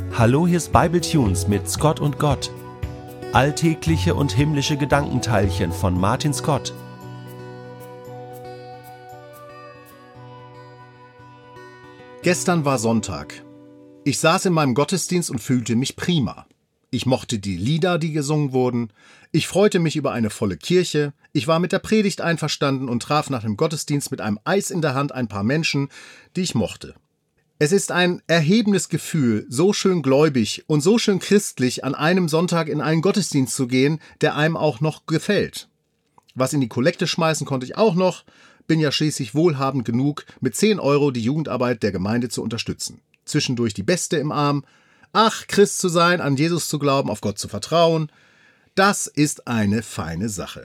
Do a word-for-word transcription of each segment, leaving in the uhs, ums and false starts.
Hallo, hier ist Bible Tunes mit Scott und Gott. Alltägliche und himmlische Gedankenteilchen von Martin Scott. Gestern war Sonntag. Ich saß in meinem Gottesdienst und fühlte mich prima. Ich mochte die Lieder, die gesungen wurden. Ich freute mich über eine volle Kirche. Ich war mit der Predigt einverstanden und traf nach dem Gottesdienst mit einem Eis in der Hand ein paar Menschen, die ich mochte. Es ist ein erhebendes Gefühl, so schön gläubig und so schön christlich an einem Sonntag in einen Gottesdienst zu gehen, der einem auch noch gefällt. Was in die Kollekte schmeißen konnte ich auch noch, bin ja schließlich wohlhabend genug, mit zehn Euro die Jugendarbeit der Gemeinde zu unterstützen. Zwischendurch die Beste im Arm. Ach, Christ zu sein, an Jesus zu glauben, auf Gott zu vertrauen, das ist eine feine Sache.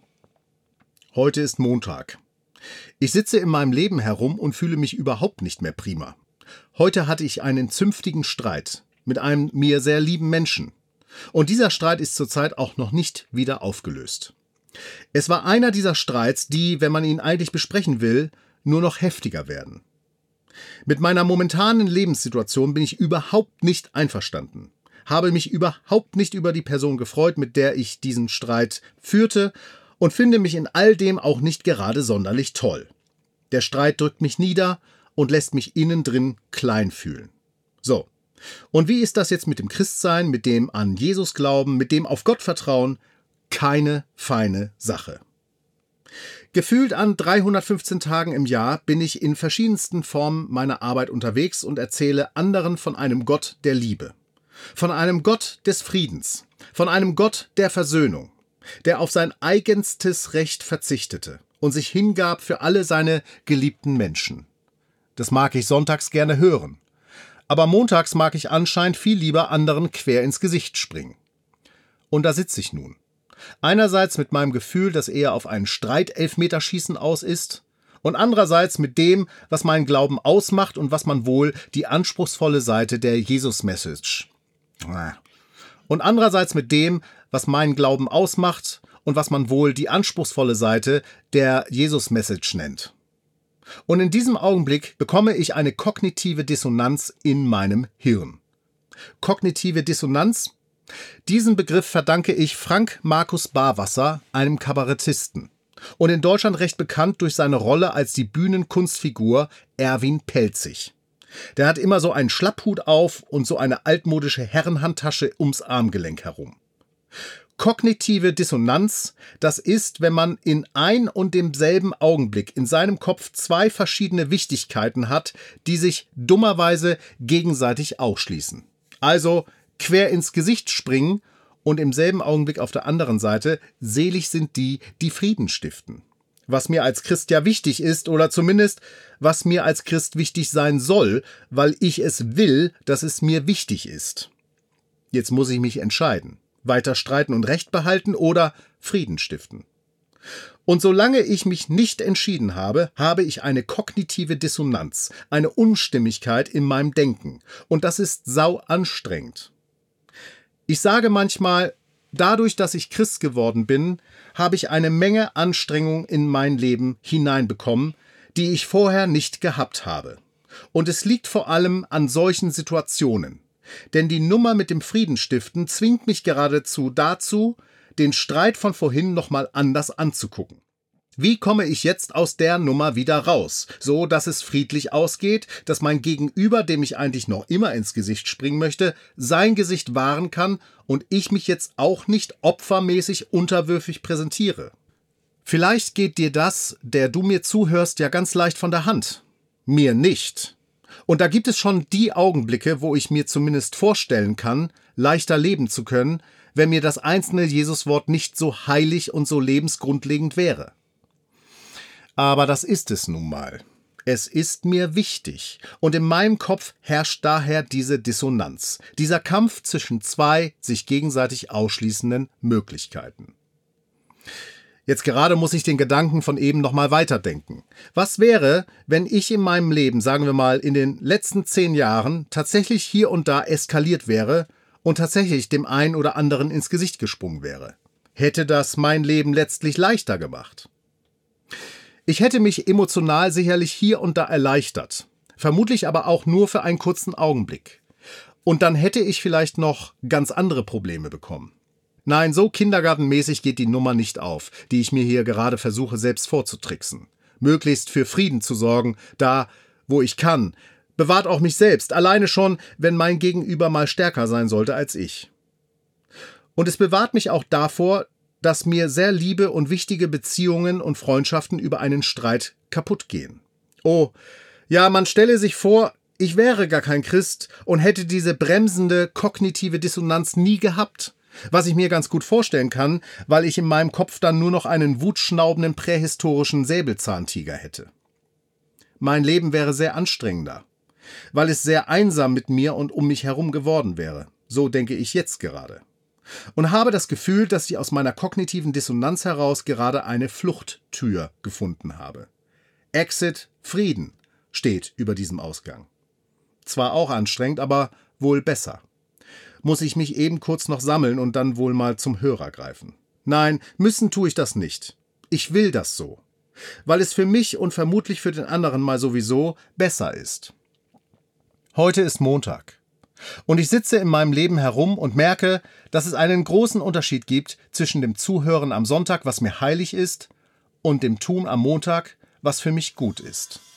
Heute ist Montag. Ich sitze in meinem Leben herum und fühle mich überhaupt nicht mehr prima. Heute hatte ich einen zünftigen Streit mit einem mir sehr lieben Menschen. Und dieser Streit ist zurzeit auch noch nicht wieder aufgelöst. Es war einer dieser Streits, die, wenn man ihn eigentlich besprechen will, nur noch heftiger werden. Mit meiner momentanen Lebenssituation bin ich überhaupt nicht einverstanden, habe mich überhaupt nicht über die Person gefreut, mit der ich diesen Streit führte und finde mich in all dem auch nicht gerade sonderlich toll. Der Streit drückt mich nieder und lässt mich innen drin klein fühlen. So, und wie ist das jetzt mit dem Christsein, mit dem an Jesus glauben, mit dem auf Gott vertrauen? Keine feine Sache. Gefühlt an dreihundertfünfzehn Tagen im Jahr bin ich in verschiedensten Formen meiner Arbeit unterwegs und erzähle anderen von einem Gott der Liebe, von einem Gott des Friedens, von einem Gott der Versöhnung, der auf sein eigenstes Recht verzichtete und sich hingab für alle seine geliebten Menschen. Das mag ich sonntags gerne hören, aber montags mag ich anscheinend viel lieber anderen quer ins Gesicht springen. Und da sitze ich nun. Einerseits mit meinem Gefühl, das eher auf ein Streit-Elfmeterschießen aus ist, und andererseits mit dem, was meinen Glauben ausmacht und was man wohl die anspruchsvolle Seite der Jesus-Message. Und andererseits mit dem, was meinen Glauben ausmacht und was man wohl die anspruchsvolle Seite der Jesus-Message nennt. Und in diesem Augenblick bekomme ich eine kognitive Dissonanz in meinem Hirn. Kognitive Dissonanz? Diesen Begriff verdanke ich Frank Markus Barwasser, einem Kabarettisten, und in Deutschland recht bekannt durch seine Rolle als die Bühnenkunstfigur Erwin Pelzig. Der hat immer so einen Schlapphut auf und so eine altmodische Herrenhandtasche ums Armgelenk herum. Kognitive Dissonanz, das ist, wenn man in ein und demselben Augenblick in seinem Kopf zwei verschiedene Wichtigkeiten hat, die sich dummerweise gegenseitig ausschließen. Also quer ins Gesicht springen und im selben Augenblick auf der anderen Seite, selig sind die, die Frieden stiften. Was mir als Christ ja wichtig ist, oder zumindest was mir als Christ wichtig sein soll, weil ich es will, dass es mir wichtig ist. Jetzt muss ich mich entscheiden. Weiter streiten und Recht behalten oder Frieden stiften. Und solange ich mich nicht entschieden habe, habe ich eine kognitive Dissonanz, eine Unstimmigkeit in meinem Denken. Und das ist sau anstrengend. Ich sage manchmal, dadurch, dass ich Christ geworden bin, habe ich eine Menge Anstrengung in mein Leben hineinbekommen, die ich vorher nicht gehabt habe. Und es liegt vor allem an solchen Situationen. Denn die Nummer mit dem Friedenstiften zwingt mich geradezu dazu, den Streit von vorhin nochmal anders anzugucken. Wie komme ich jetzt aus der Nummer wieder raus, so dass es friedlich ausgeht, dass mein Gegenüber, dem ich eigentlich noch immer ins Gesicht springen möchte, sein Gesicht wahren kann und ich mich jetzt auch nicht opfermäßig unterwürfig präsentiere? Vielleicht geht dir das, der du mir zuhörst, ja ganz leicht von der Hand. Mir nicht. Und da gibt es schon die Augenblicke, wo ich mir zumindest vorstellen kann, leichter leben zu können, wenn mir das einzelne Jesuswort nicht so heilig und so lebensgrundlegend wäre. Aber das ist es nun mal. Es ist mir wichtig. Und in meinem Kopf herrscht daher diese Dissonanz, dieser Kampf zwischen zwei sich gegenseitig ausschließenden Möglichkeiten. Jetzt gerade muss ich den Gedanken von eben nochmal weiterdenken. Was wäre, wenn ich in meinem Leben, sagen wir mal, in den letzten zehn Jahren tatsächlich hier und da eskaliert wäre und tatsächlich dem einen oder anderen ins Gesicht gesprungen wäre? Hätte das mein Leben letztlich leichter gemacht? Ich hätte mich emotional sicherlich hier und da erleichtert, vermutlich aber auch nur für einen kurzen Augenblick. Und dann hätte ich vielleicht noch ganz andere Probleme bekommen. Nein, so kindergartenmäßig geht die Nummer nicht auf, die ich mir hier gerade versuche selbst vorzutricksen. Möglichst für Frieden zu sorgen, da, wo ich kann. Bewahrt auch mich selbst, alleine schon, wenn mein Gegenüber mal stärker sein sollte als ich. Und es bewahrt mich auch davor, dass mir sehr liebe und wichtige Beziehungen und Freundschaften über einen Streit kaputt gehen. Oh, ja, man stelle sich vor, ich wäre gar kein Christ und hätte diese bremsende kognitive Dissonanz nie gehabt. Was ich mir ganz gut vorstellen kann, weil ich in meinem Kopf dann nur noch einen wutschnaubenden prähistorischen Säbelzahntiger hätte. Mein Leben wäre sehr anstrengender, weil es sehr einsam mit mir und um mich herum geworden wäre. So denke ich jetzt gerade. Und habe das Gefühl, dass ich aus meiner kognitiven Dissonanz heraus gerade eine Fluchttür gefunden habe. Exit Frieden steht über diesem Ausgang. Zwar auch anstrengend, aber wohl besser. Muss ich mich eben kurz noch sammeln und dann wohl mal zum Hörer greifen. Nein, müssen tue ich das nicht. Ich will das so. Weil es für mich und vermutlich für den anderen mal sowieso besser ist. Heute ist Montag. Und ich sitze in meinem Leben herum und merke, dass es einen großen Unterschied gibt zwischen dem Zuhören am Sonntag, was mir heilig ist, und dem Tun am Montag, was für mich gut ist.